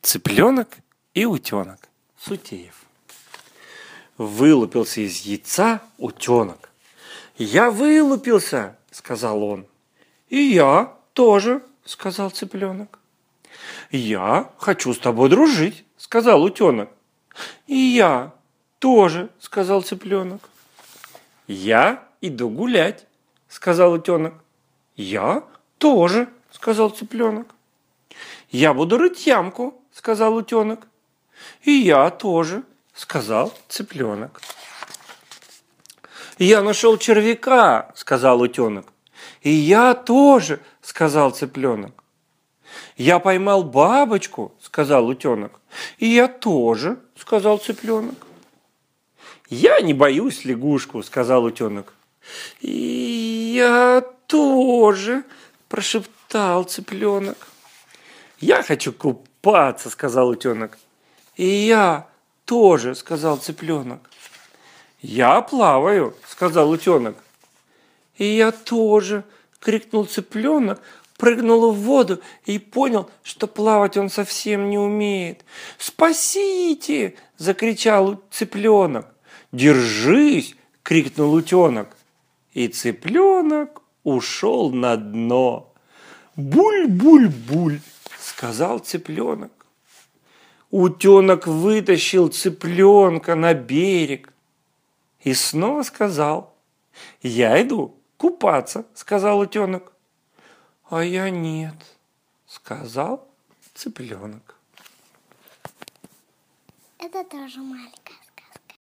Цыпленок и утенок. Сутеев. Вылупился из яйца утенок. «Я вылупился», — сказал он. «И я тоже», — сказал цыпленок. «Я хочу с тобой дружить», — сказал утенок. «И я тоже», — сказал цыпленок. «Я иду гулять», — сказал утенок. «Я тоже», — сказал цыпленок. «Я буду рыть ямку», — сказал утенок. «И я тоже», — сказал цыпленок. «Я нашел червяка», — сказал утенок. «И я тоже», — сказал цыпленок. «Я поймал бабочку», — сказал утенок. «И я тоже», — сказал цыпленок. «Я не боюсь лягушку», — сказал утенок. «И я тоже», — прошептал цыпленок. «Я хочу купаться», — сказал утенок. «И я тоже», — сказал цыпленок. «Я плаваю», — сказал утенок. «И я тоже», — крикнул цыпленок, прыгнул в воду и понял, что плавать он совсем не умеет. «Спасите!» — закричал цыпленок. «Держись!» — крикнул утенок. И цыпленок ушел на дно. «Буль-буль-буль!» — сказал цыпленок. Утенок вытащил цыпленка на берег и снова сказал: «Я иду купаться», — сказал утенок. «А я нет», — сказал цыпленок. Это тоже маленькая.